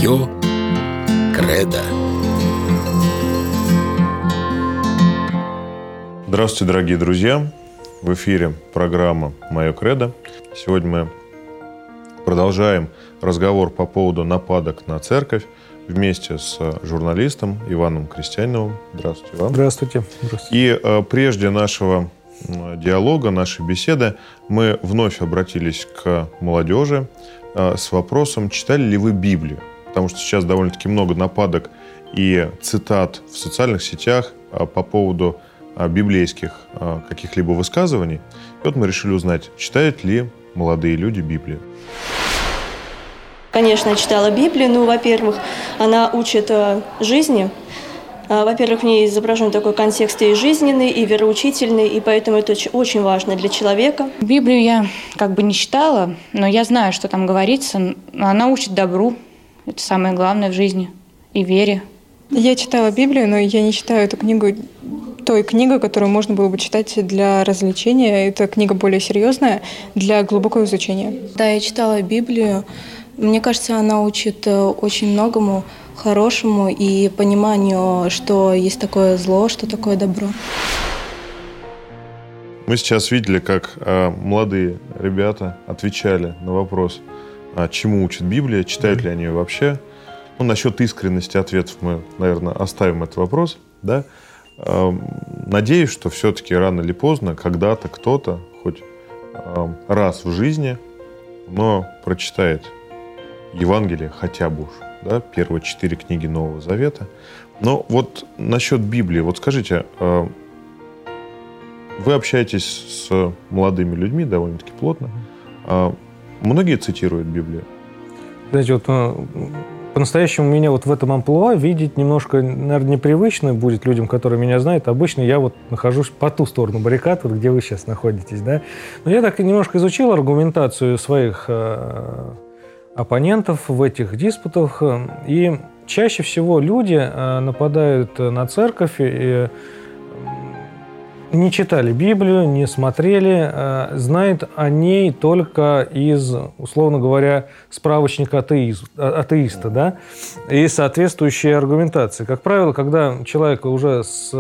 Мое кредо. Здравствуйте, дорогие друзья! В эфире программа «Мое кредо». Сегодня мы продолжаем разговор по поводу нападок на церковь вместе с журналистом Иваном Крестьяниновым. Здравствуйте, Иван. Здравствуйте. И прежде нашего диалога, нашей беседы, мы вновь обратились к молодежи с вопросом, читали ли вы Библию? Потому что сейчас довольно-таки много нападок и цитат в социальных сетях по поводу библейских каких-либо высказываний. И вот мы решили узнать, читают ли молодые люди Библию. Конечно, я читала Библию. Во-первых, она учит жизни. Во-первых, в ней изображен такой контекст и жизненный, и вероучительный, и поэтому это очень важно для человека. Библию я не читала, но я знаю, что там говорится. Она учит добру. Это самое главное в жизни. И вере. Я читала Библию, но я не считаю эту книгу той книгой, которую можно было бы читать для развлечения. Это книга более серьезная, для глубокого изучения. Да, я читала Библию. Мне кажется, она учит очень многому хорошему и пониманию, что есть такое зло, что такое добро. Мы сейчас видели, как молодые ребята отвечали на вопрос, чему учит Библия, читают ли они ее вообще. Насчет искренности ответов мы, наверное, оставим этот вопрос. Да? Надеюсь, что все-таки рано или поздно, когда-то кто-то, хоть раз в жизни, но прочитает Евангелие хотя бы уж, да, первые 4 книги Нового Завета. Но вот насчет Библии, вот скажите, вы общаетесь с молодыми людьми довольно-таки плотно. Многие цитируют Библию? Знаете, по-настоящему меня в этом амплуа видеть немножко, наверное, непривычно будет людям, которые меня знают. Обычно я нахожусь по ту сторону баррикад, где вы сейчас находитесь, да. Но я так немножко изучил аргументацию своих оппонентов в этих диспутах, и чаще всего люди нападают на церковь и не читали Библию, не смотрели, знают о ней только из, условно говоря, справочника атеиста, да, и соответствующей аргументации. Как правило, когда человека уже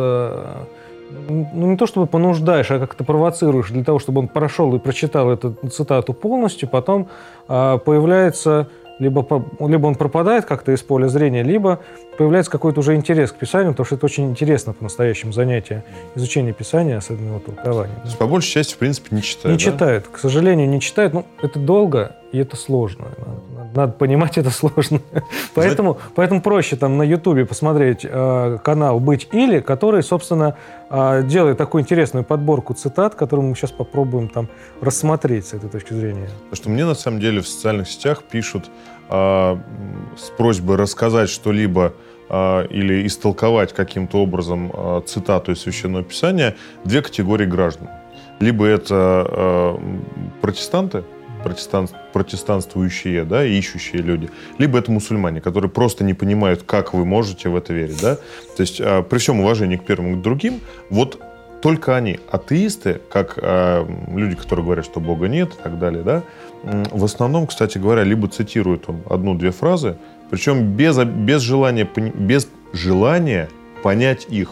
не то чтобы понуждаешь, а как-то провоцируешь для того, чтобы он прошел и прочитал эту цитату полностью, потом появляется либо он пропадает как-то из поля зрения, либо появляется какой-то уже интерес к Писанию, потому что это очень интересно по-настоящему занятие изучения Писания, особенно толкования. То есть, по большей части, в принципе, не читают. Не читают, к сожалению, не читают. Это долго и это сложно. Надо понимать, это сложно. Поэтому проще на Ютубе посмотреть канал «Быть или», который, собственно, делает такую интересную подборку цитат, которую мы сейчас попробуем рассмотреть с этой точки зрения. Потому что мне, на самом деле, в социальных сетях пишут с просьбой рассказать что-либо или истолковать каким-то образом цитату из Священного Писания 2 категории граждан. Либо это протестанты, протестанствующие, да, и ищущие люди, либо это мусульмане, которые просто не понимают, как вы можете в это верить. Да? То есть при всем уважении к первым и к другим, только они, атеисты, как люди, которые говорят, что Бога нет и так далее, да, в основном, кстати говоря, либо цитируют 1-2 фразы, причем без желания понять их,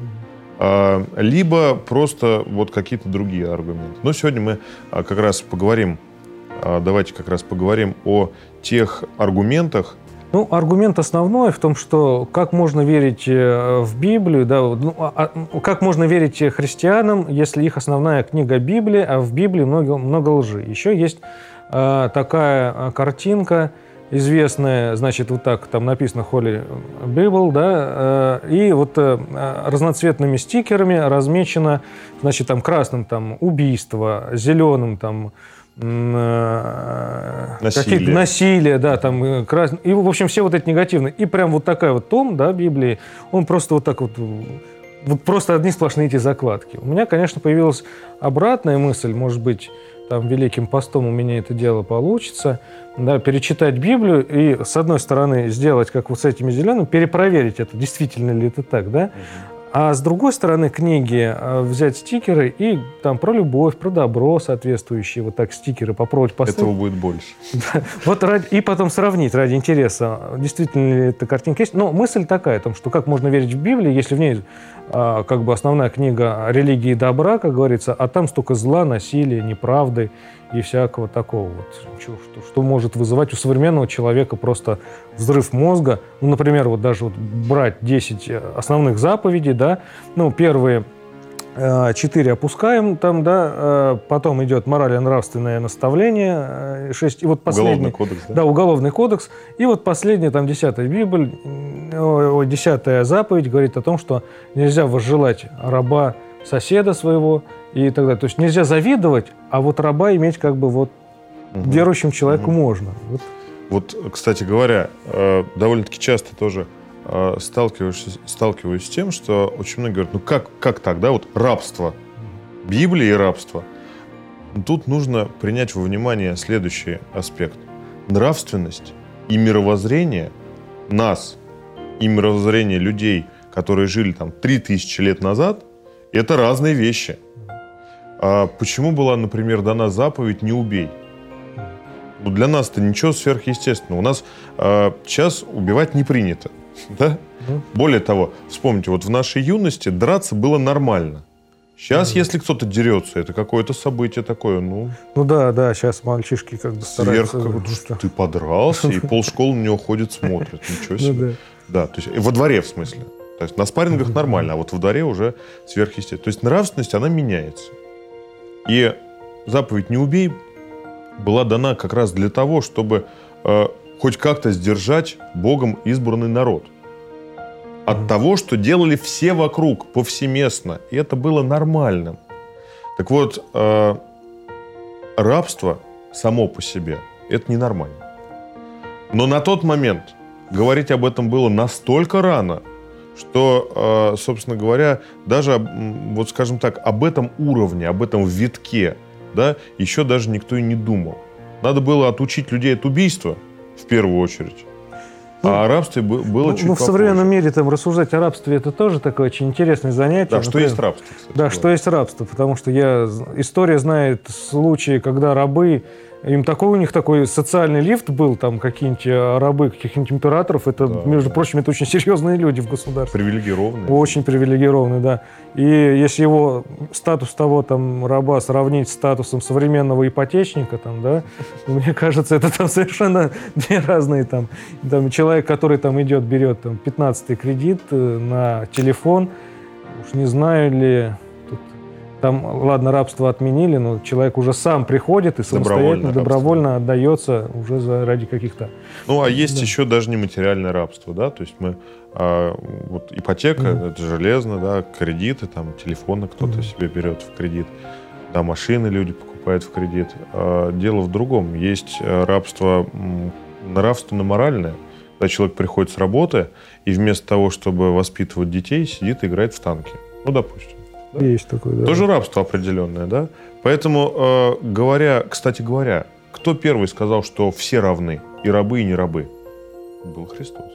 либо просто какие-то другие аргументы. Но сегодня мы как раз поговорим, давайте как раз поговорим о тех аргументах. Аргумент основной в том, что как можно верить в Библию, да, как можно верить христианам, если их основная книга Библия, а в Библии много лжи. Еще есть такая картинка известная, значит, там написано Holy Bible, да, и разноцветными стикерами размечено, значит, красным убийство, зеленым насилие, да, и, в общем, все эти негативные. И прям такая том, да, Библии, он просто просто одни сплошные эти закладки. У меня, конечно, появилась обратная мысль, может быть, Великим постом у меня это дело получится, да, перечитать Библию и, с одной стороны, сделать, как с этими зелеными, перепроверить это, действительно ли это так, да, А с другой стороны книги взять стикеры и там про любовь, про добро соответствующие, вот так стикеры попробовать поставить. Этого будет больше. Вот и потом сравнить ради интереса, действительно ли эта картинка есть. Но мысль такая, о том, что как можно верить в Библию, если в ней как бы основная книга религии и добра, как говорится, а там столько зла, насилия, неправды и всякого такого вот, что может вызывать у современного человека просто взрыв мозга. Ну, например, вот даже вот брать 10 основных заповедей, да, ну, первые 4 опускаем там, да, потом идет морально-нравственное наставление, 6, и вот последний... Уголовный кодекс, да? Да, уголовный кодекс. И вот последняя, там, 10-я Библия, 10-я заповедь говорит о том, что нельзя возжелать раба соседа своего и так далее. То есть нельзя завидовать, а вот раба иметь как бы вот верующему человеку можно. Вот, кстати говоря, довольно-таки часто тоже сталкиваюсь с тем, что очень многие говорят, ну как так, да, вот рабство, Библия и рабство. Тут нужно принять во внимание следующий аспект. Нравственность и мировоззрение нас, и мировоззрение людей, которые жили там 3000 лет назад, это разные вещи. А почему была, например, дана заповедь «не убей»? Ну, для нас это ничего сверхъестественного. У нас сейчас убивать не принято. Да? Более того, вспомните, вот в нашей юности драться было нормально. Сейчас, если кто-то дерется, это какое-то событие такое, ну да, сейчас мальчишки как бы стараются. Ты подрался, и полшколы на него ходит, смотрит. Ничего себе. Да, то есть во дворе, в смысле. То есть на спаррингах нормально, а вот во дворе уже сверхъестественно. То есть нравственность, она меняется. И заповедь «не убей» была дана как раз для того, чтобы хоть как-то сдержать Богом избранный народ от того, что делали все вокруг, повсеместно. И это было нормальным. Так вот, рабство само по себе – это ненормально. Но на тот момент говорить об этом было настолько рано, что, собственно говоря, даже, вот скажем так, об этом уровне, об этом витке, да, еще даже никто и не думал. Надо было отучить людей от убийства, в первую очередь. А о рабстве было чуть попозже. В современном мире там рассуждать о рабстве — это тоже такое очень интересное занятие. Да, что есть рабство, кстати. Да, что есть рабство, потому что история знает случаи, когда рабы, у них такой социальный лифт был, там какие-нибудь рабы каких-нибудь императоров, это, между прочим, это очень серьезные люди в государстве. Привилегированные. Очень привилегированные, да. И если его статус того там раба сравнить с статусом современного ипотечника, там, да, мне кажется, это там совершенно две разные там человек, который там идет, берет там 15-й кредит на телефон, уж не знаю ли. Там, ладно, рабство отменили, но человек уже сам приходит и самостоятельно, добровольно отдается уже ради каких-то... Ну, а есть еще даже нематериальное рабство, да, то есть мы... вот ипотека, это железно, да, кредиты, там, телефоны кто-то себе берет в кредит, да, машины люди покупают в кредит. Дело в другом. Есть рабство нравственно-моральное, когда человек приходит с работы и вместо того, чтобы воспитывать детей, сидит и играет в танки. Ну, допустим. Да? Есть такое, да. Тоже рабство определенное, да? Поэтому, кстати говоря, кто первый сказал, что все равны, и рабы, и не рабы? Был Христос.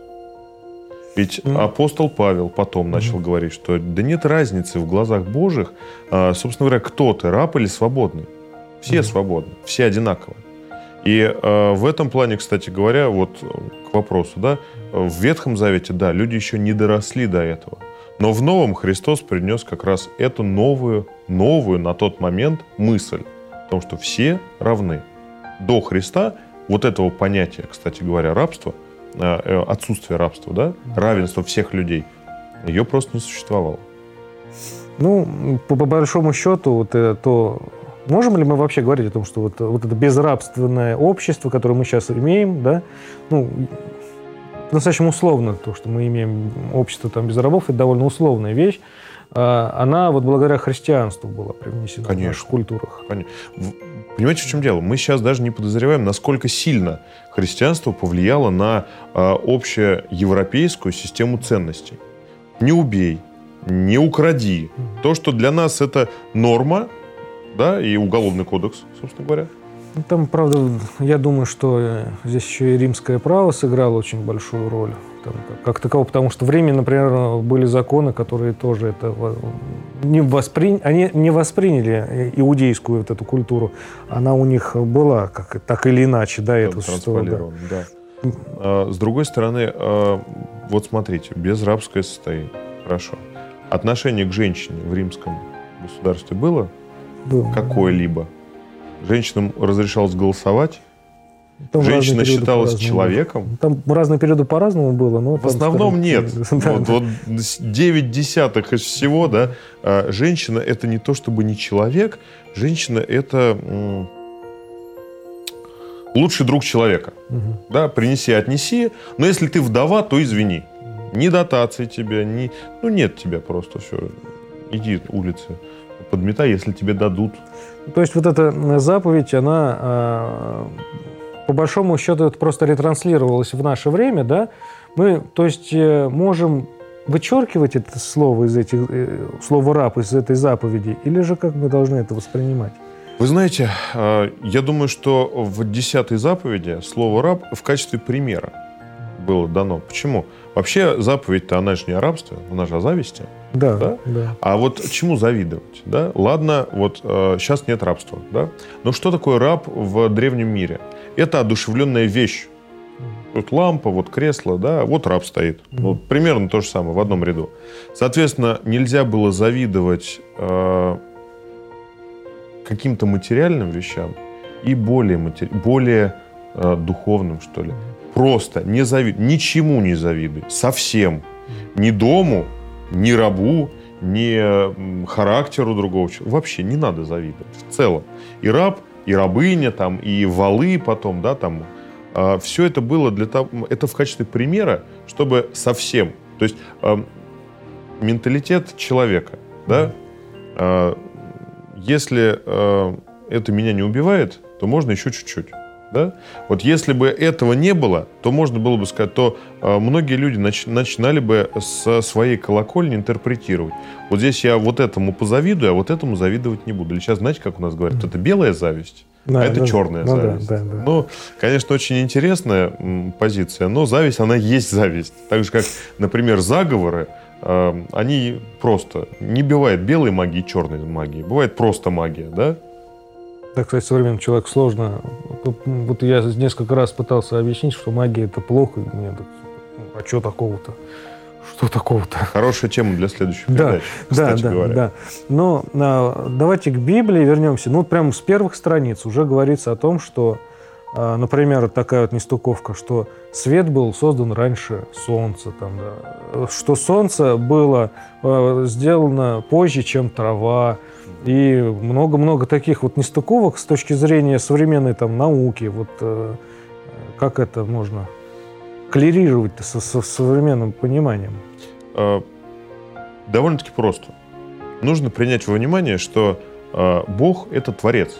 Ведь апостол Павел потом начал говорить, что да нет разницы в глазах Божьих, собственно говоря, кто ты, раб или свободный. Все свободны, все одинаково. И в этом плане, кстати говоря, вот к вопросу, да, в Ветхом Завете, да, люди еще не доросли до этого. Но в Новом Христос принес как раз эту новую на тот момент мысль о том, что все равны. До Христа вот этого понятия, кстати говоря, рабства, отсутствие рабства, да, равенство всех людей, ее просто не существовало. Ну, по большому счету, вот то... Можем ли мы вообще говорить о том, что вот это безрабственное общество, которое мы сейчас имеем, да, ну, достаточно условно, то, что мы имеем общество там без рабов, это довольно условная вещь, она вот благодаря христианству была привнесена в наших культурах. Конечно. Понимаете, в чем дело? Мы сейчас даже не подозреваем, насколько сильно христианство повлияло на общеевропейскую систему ценностей. Не убей, не укради. То, что для нас это норма, да, и уголовный кодекс, собственно говоря. Ну, там, правда, я думаю, что здесь еще и римское право сыграло очень большую роль. Там, как таково, потому что временно, например, были законы, которые тоже это они не восприняли иудейскую вот эту культуру. Она у них была так или иначе до этого существовала. Да. С другой стороны, вот смотрите, безрабское состояние. Хорошо. Отношение к женщине в римском государстве было? Какое-либо? Женщинам разрешалось голосовать? Там женщина считалась человеком? Там разные периоды по-разному было. Но в основном нет. Вот 9 десятых из всего, да. Женщина — это не то чтобы не человек. Женщина — это лучший друг человека. Да, принеси, отнеси. Но если ты вдова, то извини. Ни дотации тебя, нет тебя просто. Все. Иди улицы подметай, если тебе дадут. То есть вот эта заповедь, она по большому счету это просто ретранслировалось в наше время, да? Мы, то есть, можем вычеркивать это слово слово «раб» из этой заповеди, или же как мы должны это воспринимать? Вы знаете, я думаю, что в 10-й заповеди слово «раб» в качестве примера было дано. Почему? Вообще заповедь-то, она же не о рабстве, она же о зависти. Да. А вот чему завидовать? Да? Ладно, вот сейчас нет рабства. Да? Но что такое раб в древнем мире? Это одушевленная вещь. Вот лампа, вот кресло, да, вот раб стоит. Вот примерно то же самое, в одном ряду. Соответственно, нельзя было завидовать каким-то материальным вещам и более духовным, что ли. Просто не завидуй, ничему не завидуй, совсем. Ни дому, ни рабу, ни характеру другого человека. Вообще не надо завидовать в целом. И раб, и рабыня, там, и валы потом, да, там, все это было для того, это в качестве примера, чтобы совсем, то есть менталитет человека, да, если это меня не убивает, то можно еще чуть-чуть. Да? Вот если бы этого не было, то можно было бы сказать, то многие люди начинали бы со своей колокольни интерпретировать. Вот здесь я вот этому позавидую, а вот этому завидовать не буду. Или сейчас, знаете, как у нас говорят, это белая зависть, а это черная зависть. Да. Ну, конечно, очень интересная позиция, но зависть, она есть зависть. Так же, как, например, заговоры, они просто... Не бывает белой магии и черной магии. Бывает просто магия, да? Да, кстати, современному человеку сложно. Вот я несколько раз пытался объяснить, что магия — это плохо. И мне так, а что такого-то? Что такого-то? Хорошая тема для следующей передачи, кстати говоря. Да. Но давайте к Библии вернемся. Ну, прямо с первых страниц уже говорится о том, что, например, такая вот нестыковка, что свет был создан раньше солнца, там, да, что солнце было сделано позже, чем трава. И много-много таких вот нестыковок с точки зрения современной там науки. Вот как это можно клирировать со современным пониманием? Довольно-таки просто. Нужно принять во внимание, что Бог — это Творец.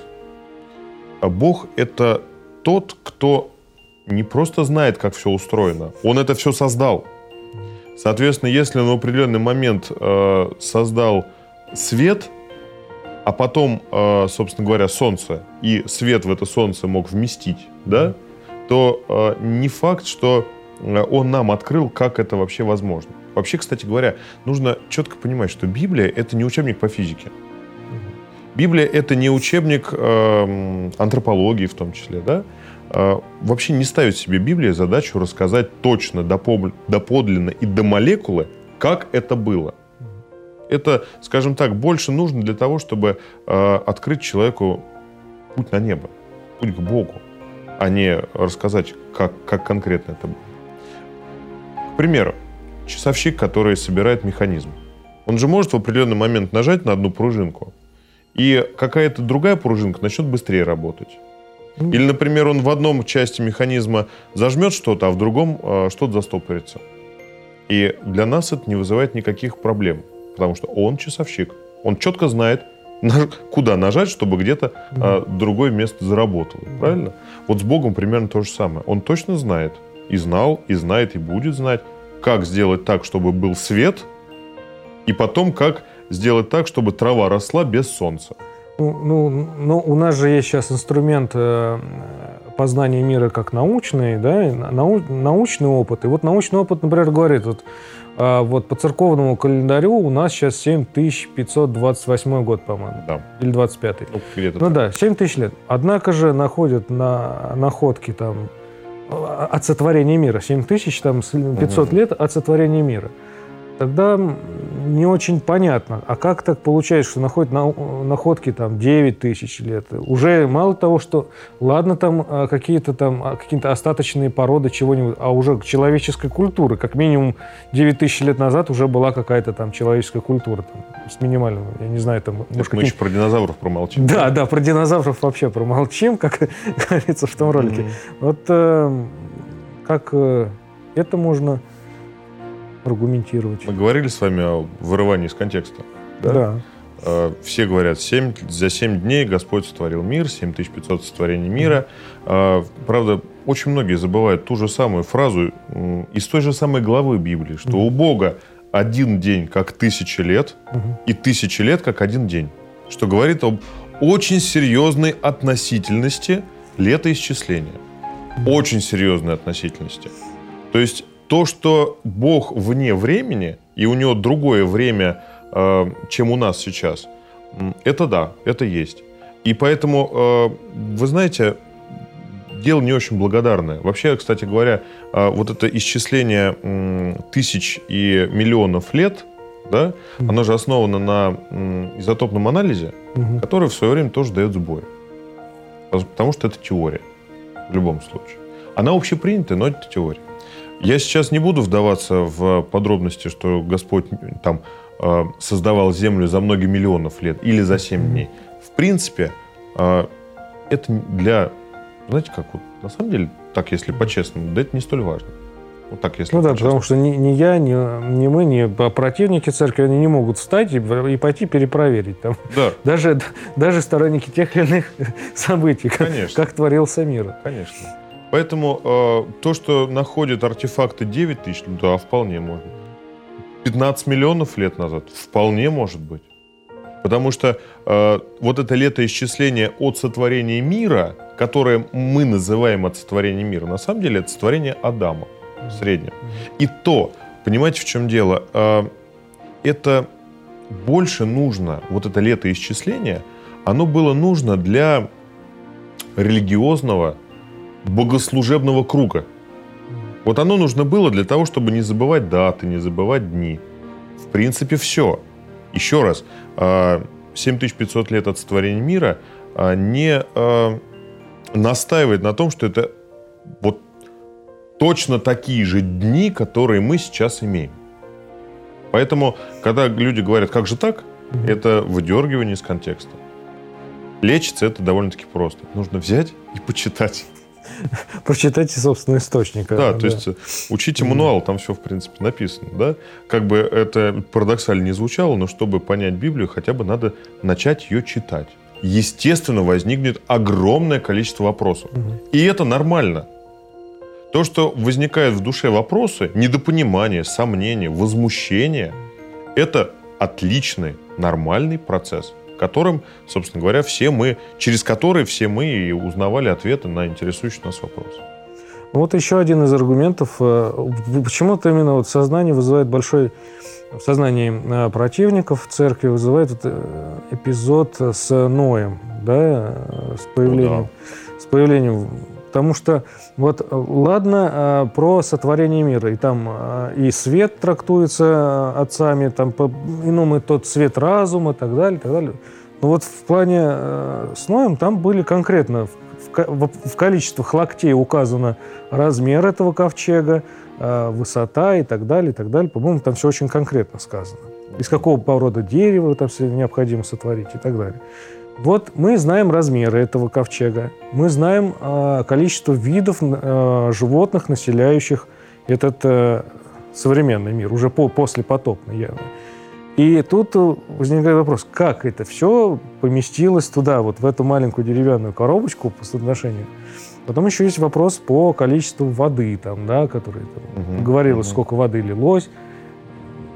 А Бог — это тот, кто не просто знает, как все устроено. Он это все создал. Соответственно, если он в определенный момент создал свет, а потом, собственно говоря, солнце, и свет в это солнце мог вместить, да, то не факт, что он нам открыл, как это вообще возможно. Вообще, кстати говоря, нужно четко понимать, что Библия — это не учебник по физике. Библия — это не учебник антропологии в том числе, да. Вообще не ставит себе Библия задачу рассказать точно, доподлинно и до молекулы, как это было. Это, скажем так, больше нужно для того, чтобы открыть человеку путь на небо, путь к Богу, а не рассказать, как конкретно это было. К примеру, часовщик, который собирает механизм. Он же может в определенный момент нажать на одну пружинку, и какая-то другая пружинка начнет быстрее работать. Или, например, он в одном части механизма зажмет что-то, а в другом что-то застопорится. И для нас это не вызывает никаких проблем. Потому что он часовщик. Он четко знает, куда нажать, чтобы где-то другое место заработало. Правильно? Вот с Богом примерно то же самое. Он точно знает. И знал, и знает, и будет знать, как сделать так, чтобы был свет, и потом, как сделать так, чтобы трава росла без солнца. У нас же есть сейчас инструмент познания мира как научный, да, научный опыт. И вот научный опыт, например, говорит, вот по церковному календарю у нас сейчас 7528 год, по-моему. Да. Или 25-й. Ну да, 7000 лет. Однако же находят находки там от сотворения мира. 7500 лет от сотворения мира. Тогда не очень понятно, а как так получается, что находят находки там 9000 лет? Уже мало того, что, ладно, там какие-то остаточные породы чего-нибудь, а уже человеческой культуры. Как минимум 9000 лет назад уже была какая-то там человеческая культура. Там, с минимальным, я не знаю, там... Может, мы еще про динозавров промолчим. Да, про динозавров вообще промолчим, как говорится в том ролике. Вот как это можно... аргументировать. Мы говорили с вами о вырывании из контекста. Да. Все говорят, за 7 дней Господь сотворил мир, 7500 сотворений мира. Правда, очень многие забывают ту же самую фразу из той же самой главы Библии, что у Бога один день как 1000 лет, и 1000 лет как один день. Что говорит об очень серьезной относительности летоисчисления. Очень серьезной относительности. То есть то, что Бог вне времени, и у него другое время, чем у нас сейчас, это да, это есть. И поэтому, вы знаете, дело не очень благодарное. Вообще, кстати говоря, вот это исчисление тысяч и миллионов лет, да, оно же основано на изотопном анализе, который в свое время тоже дает сбой. Потому что это теория, в любом случае. Она общепринятая, но это теория. Я сейчас не буду вдаваться в подробности, что Господь там создавал Землю за многие миллионов лет или за 7 дней. В принципе, это для... Знаете, как вот, на самом деле, так, если по-честному, да это не столь важно. Вот так, если потому что ни я, ни мы, ни противники церкви, они не могут встать и пойти перепроверить. Там. Да. Даже сторонники тех или иных событий, как творился мир. Конечно. Поэтому то, что находят артефакты 9000, да, вполне можно. 15 миллионов лет назад вполне может быть. Потому что вот это летоисчисление от сотворения мира, которое мы называем от сотворения мира, на самом деле это сотворение Адама в среднем. И то, понимаете, в чем дело? Это больше нужно, вот это летоисчисление, оно было нужно для религиозного богослужебного круга. Вот оно нужно было для того, чтобы не забывать даты, не забывать дни. В принципе, все. Еще раз, 7500 лет от сотворения мира не настаивает на том, что это вот точно такие же дни, которые мы сейчас имеем. Поэтому, когда люди говорят, как же так, это выдергивание из контекста. Лечится это довольно-таки просто. Нужно взять и почитать. Прочитайте собственный источник. Да, то есть учите мануал, там все, в принципе, написано. Да? Как бы это парадоксально не звучало, но чтобы понять Библию, хотя бы надо начать ее читать. Естественно, возникнет огромное количество вопросов. И это нормально. То, что возникают в душе вопросы, недопонимание, сомнения, возмущение, это отличный, нормальный процесс, которым, собственно говоря, через который все мы и узнавали ответы на интересующие нас вопросы. Вот еще один из аргументов. Почему-то именно вот сознание вызывает большой... В сознании противников церкви вызывает эпизод с Ноем, да, с появлением. Потому что, вот, ладно, про сотворение мира, и там и свет трактуется отцами, там по-иному тот свет разума и так далее, и так далее. Но вот в плане с Ноем там были конкретно в количествах локтей указано размер этого ковчега, высота и так далее, и так далее. По-моему, там все очень конкретно сказано. Из какого порода дерева там все необходимо сотворить и так далее. Вот мы знаем размеры этого ковчега, мы знаем количество видов животных, населяющих этот современный мир, уже послепотопный явно. И тут возникает вопрос, как это все поместилось туда, вот в эту маленькую деревянную коробочку по соотношению. Потом еще есть вопрос по количеству воды, там, да, который говорилось, сколько воды лилось.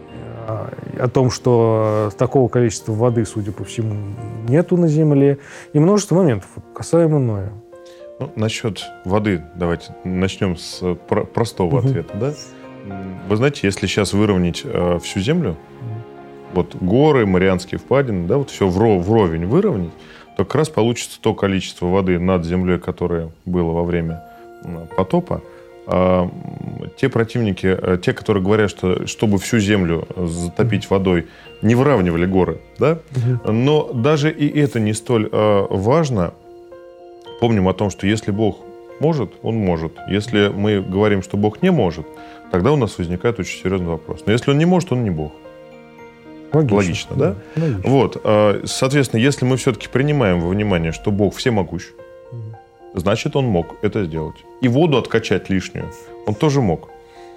о том, что такого количества воды, судя по всему, нету на Земле, и множество моментов касаемо Ноя. Ну, насчет воды давайте начнем с простого ответа. Да? Вы знаете, если сейчас выровнять всю Землю, вот горы, Марианские впадины, да, вот все вровень выровнять, то как раз получится то количество воды над землей, которое было во время потопа. Те противники, те, которые говорят, что чтобы всю землю затопить водой, не выравнивали горы, да? Но даже и это не столь важно. Помним о том, что если Бог может, Он может. Если мы говорим, что Бог не может, тогда у нас возникает очень серьезный вопрос. Но если Он не может, Он не Бог. Логично, да? Логично. Вот, соответственно, если мы все-таки принимаем во внимание, что Бог всемогущ, значит, Он мог это сделать. И воду откачать лишнюю Он тоже мог.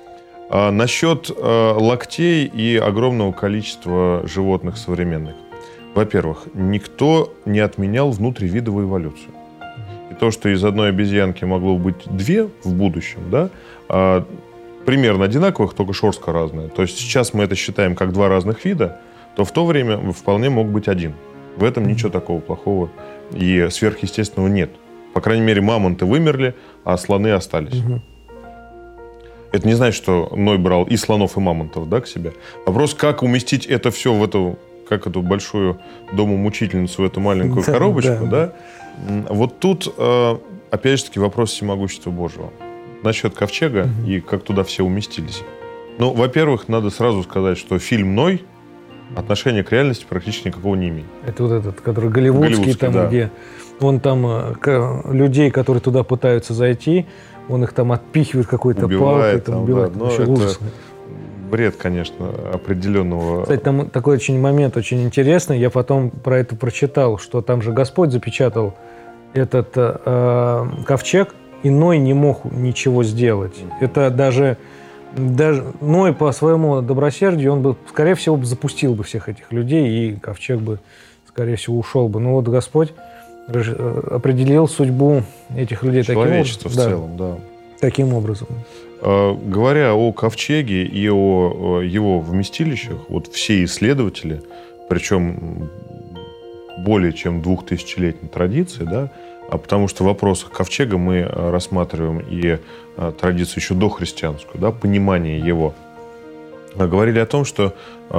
Насчет локтей и огромного количества животных современных. Во-первых, никто не отменял внутривидовую эволюцию. И то, что из одной обезьянки могло быть две в будущем, да, примерно одинаковых, только шерстка разная. То есть сейчас мы это считаем как два разных вида, то в то время вполне мог быть один. В этом ничего такого плохого и сверхъестественного нет. По крайней мере, мамонты вымерли, а слоны остались. Это не значит, что Ной брал и слонов, и мамонтов, да, к себе. Вопрос, как уместить это все в эту, как эту большую домомучительницу, в эту маленькую коробочку, да? Вот тут, опять же таки, вопрос всемогущества Божьего. Насчет ковчега и как туда все уместились. Ну, во-первых, надо сразу сказать, что фильм «Ной» отношения к реальности практически никакого не имеет. Это вот этот, который голливудский там, да. Где он там людей, которые туда пытаются зайти, он их там отпихивает какой-то палкой, там, убивает. Да, это ужасно. Бред, конечно, определенного. Кстати, там такой очень момент очень интересный. Я потом про это прочитал, что там же Господь запечатал этот ковчег, и Ной не мог ничего сделать. Это даже Ной по своему добросердию, он бы, скорее всего, запустил бы всех этих людей, и ковчег бы, скорее всего, ушел бы. Но вот Господь определил судьбу этих людей человечества в целом, да. Таким образом. Говоря о ковчеге и о его вместилищах, вот все исследователи, причем более чем 2000-летней традиции, да, потому что в вопросах ковчега мы рассматриваем и традицию еще дохристианскую, да, понимание его. Говорили о том, что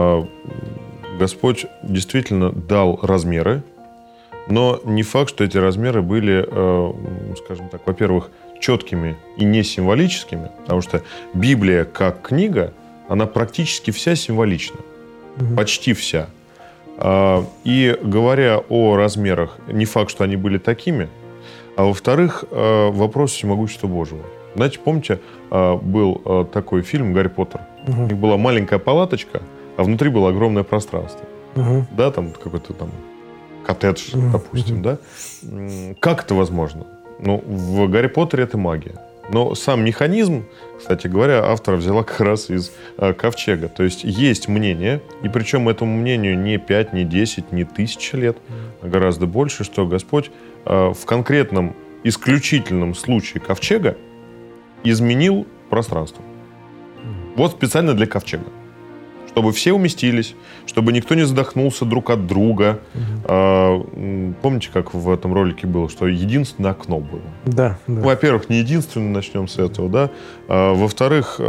Господь действительно дал размеры, но не факт, что эти размеры были, скажем так, во-первых, четкими и не символическими, потому что Библия как книга, она практически вся символична, почти вся. И говоря о размерах, не факт, что они были такими, а во-вторых, вопрос всемогущества Божьего. Знаете, помните, был такой фильм «Гарри Поттер»? У них была маленькая палаточка, а внутри было огромное пространство. Да, там какой-то там коттедж, допустим, да? Как это возможно? Ну, в «Гарри Поттере» это магия. Но сам механизм, кстати говоря, автора взяла как раз из ковчега. То есть есть мнение, и причем этому мнению не 5, не 10, не 1000 лет, а гораздо больше, что Господь в конкретном исключительном случае ковчега изменил пространство. Вот специально для ковчега. Чтобы все уместились, чтобы никто не задохнулся друг от друга. Помните, как в этом ролике было, что единственное окно было? Да. Во-первых, не единственное, начнем с этого, да. Во-вторых,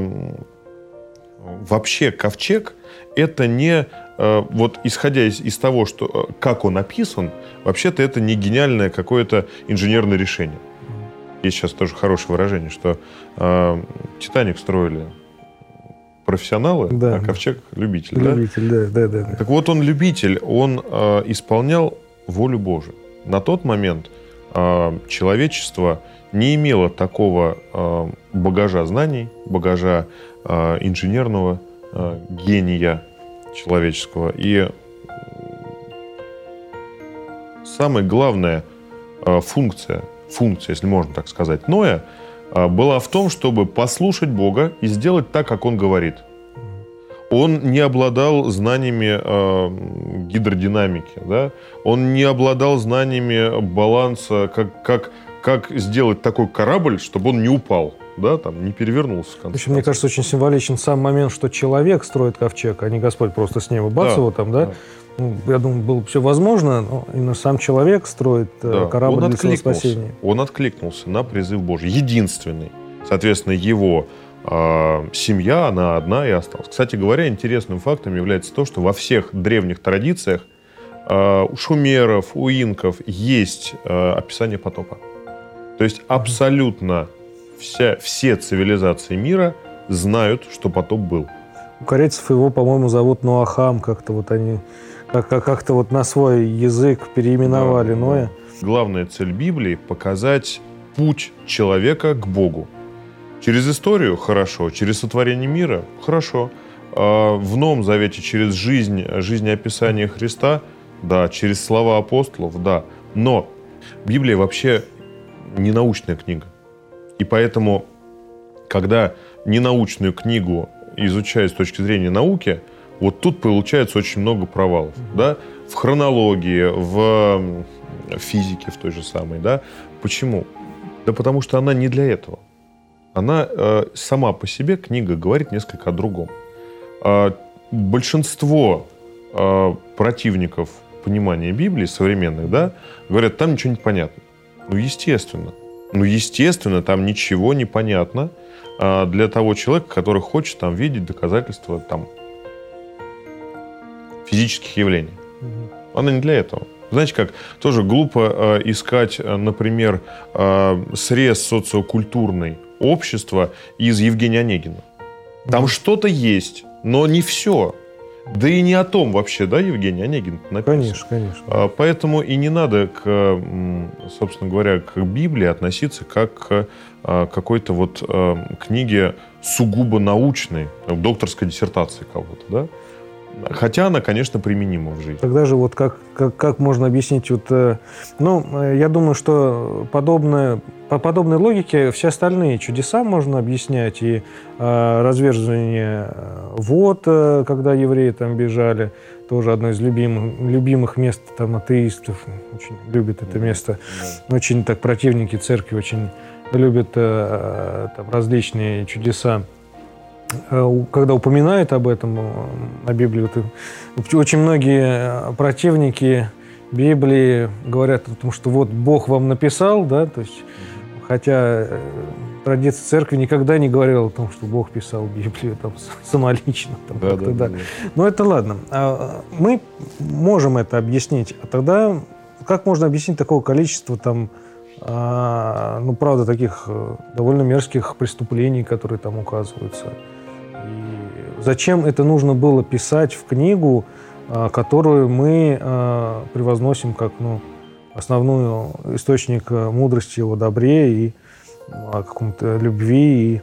вообще ковчег — это не... Вот исходя из того, что, как он описан, вообще-то это не гениальное какое-то инженерное решение. Есть сейчас тоже хорошее выражение, что «Титаник» строили профессионалы, да. А ковчег — любитель. Любитель, да. Так вот, он любитель, он исполнял волю Божию. На тот момент человечество не имело такого багажа знаний, багажа инженерного гения человеческого. И самая главная функция, если можно так сказать, Ноя, была в том, чтобы послушать Бога и сделать так, как Он говорит. Он не обладал знаниями гидродинамики, да? Он не обладал знаниями баланса, как сделать такой корабль, чтобы он не упал. да, там, не перевернулся в конце. Мне кажется, очень символичен сам момент, что человек строит ковчег, а не Господь просто с неба бац его там, да? Ну, я думаю, было бы все возможно, но именно сам человек строит корабль для своего спасения. Он откликнулся на призыв Божий. Единственный. Соответственно, его семья, она одна и осталась. Кстати говоря, интересным фактом является то, что во всех древних традициях у шумеров, у инков есть описание потопа. То есть абсолютно все цивилизации мира знают, что потоп был. У корейцев его, по-моему, зовут Ноахам, как-то вот они как-то вот на свой язык переименовали Ноя. Главная цель Библии — показать путь человека к Богу. Через историю — хорошо, через сотворение мира — хорошо. В Новом Завете через жизнеописание Христа — да, через слова апостолов — да. Но Библия вообще не научная книга. И поэтому, когда ненаучную книгу изучают с точки зрения науки, вот тут получается очень много провалов. Да? В хронологии, в физике в той же самой. Да? Почему? Да потому что она не для этого. Она сама по себе, книга, говорит несколько о другом. Большинство противников понимания Библии, современных, да, говорят, там ничего не понятно. Ну, естественно, там ничего не понятно для того человека, который хочет там видеть доказательства там, физических явлений. Она не для этого. Знаете как, тоже глупо искать, например, срез социокультурной общества из Евгения Онегина. Там что-то есть, но не все. Да и не о том вообще, да, Евгений Онегин написан. Конечно. Поэтому и не надо, собственно говоря, к Библии относиться как к какой-то вот книге сугубо научной, докторской диссертации кого-то, да? Хотя она, конечно, применима в жизни. Тогда же вот как можно объяснить, вот, я думаю, что по подобной логике все остальные чудеса можно объяснять, и разверзание вод, когда евреи там бежали, тоже одно из любимых мест там атеистов, очень любят это место, очень так противники церкви очень любят там различные чудеса. Когда упоминают об этом, о Библии, очень многие противники Библии говорят о том, что вот Бог вам написал, да, то есть, хотя традиция церкви никогда не говорила о том, что Бог писал Библию там, самолично. Там, да. Но это ладно. Мы можем это объяснить. А тогда как можно объяснить такого количества там, правда, таких довольно мерзких преступлений, которые там указываются? И зачем это нужно было писать в книгу, которую мы превозносим как основной источник мудрости о добре и о каком-то любви?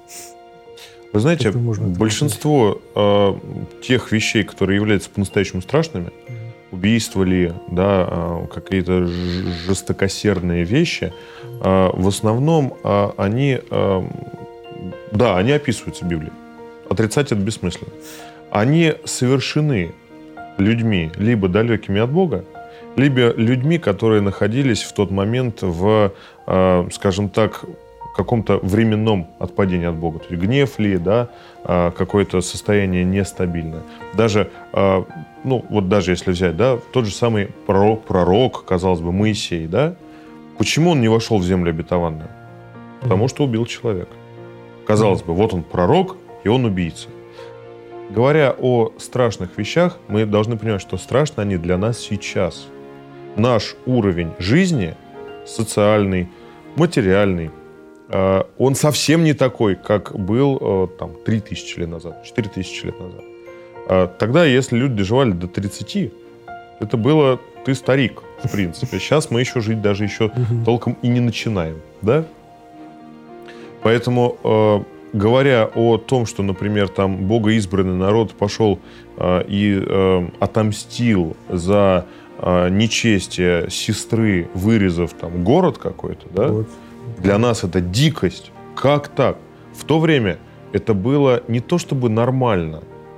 Вы знаете, большинство тех вещей, которые являются по-настоящему страшными, убийства ли, да, какие-то жестокосердные вещи, в основном они описываются в Библии. Отрицать это бессмысленно. Они совершены людьми либо далекими от Бога, либо людьми, которые находились в тот момент в, скажем так, каком-то временном отпадении от Бога. То есть гнев ли, да, какое-то состояние нестабильное. Даже, даже если взять, да, тот же самый пророк, казалось бы, Моисей, да, почему он не вошел в землю обетованную? Потому что убил человека. Казалось бы, вот он пророк, и он убийца. Говоря о страшных вещах, мы должны понимать, что страшны они для нас сейчас. Наш уровень жизни, социальный, материальный, он совсем не такой, как был 3000 лет назад, 4000 лет назад. Тогда, если люди доживали до 30, это было ты старик, в принципе. Сейчас мы жить даже толком и не начинаем. Да? Поэтому, говоря о том, что, например, там богоизбранный народ пошел и отомстил за нечестие сестры, вырезав там город какой-то, да? Вот. Для нас это дикость. Как так? В то время это было не то чтобы нормально,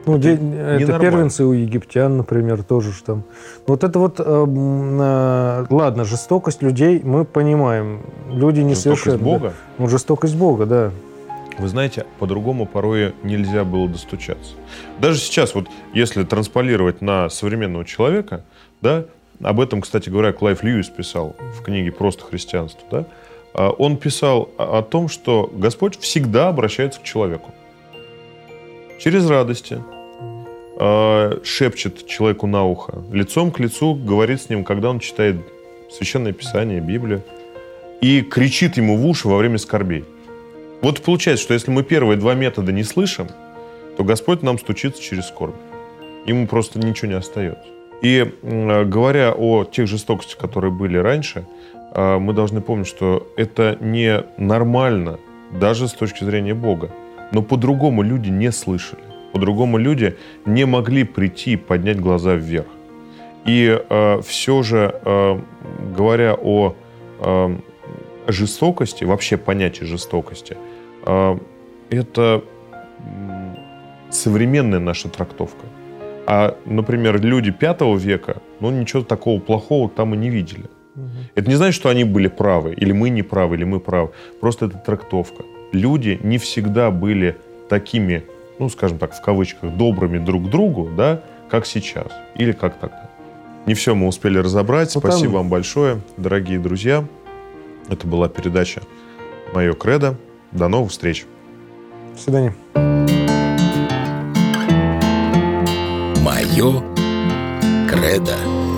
Ну, это первенцы у египтян, например, тоже ж там. Вот это вот, ладно, жестокость людей мы понимаем. Люди не совершенно... Жестокость Бога? Да. Ну, жестокость Бога, да. Вы знаете, по-другому порой нельзя было достучаться. Даже сейчас, вот если трансполировать на современного человека, да, об этом, кстати говоря, Клайв Льюис писал в книге «Просто христианство», да, он писал о том, что Господь всегда обращается к человеку. Через радости, шепчет человеку на ухо, лицом к лицу говорит с ним, когда он читает Священное Писание, Библию, и кричит ему в уши во время скорбей. Вот получается, что если мы первые два метода не слышим, то Господь нам стучится через скорбь. Ему просто ничего не остается. И говоря о тех жестокостях, которые были раньше, мы должны помнить, что это не нормально, даже с точки зрения Бога. Но по-другому люди не слышали. По-другому люди не могли прийти и поднять глаза вверх. И все же, говоря о жестокости, вообще понятие жестокости, это современная наша трактовка. А, например, люди V века, ничего такого плохого там и не видели. Это не значит, что они были правы, или мы не правы, или мы правы. Просто это трактовка. Люди не всегда были такими, скажем так, в кавычках, добрыми друг к другу, да, как сейчас, или как тогда. Не все мы успели разобрать. Спасибо вам большое, дорогие друзья. Это была передача «Мое кредо». До новых встреч. До свидания. Мое кредо.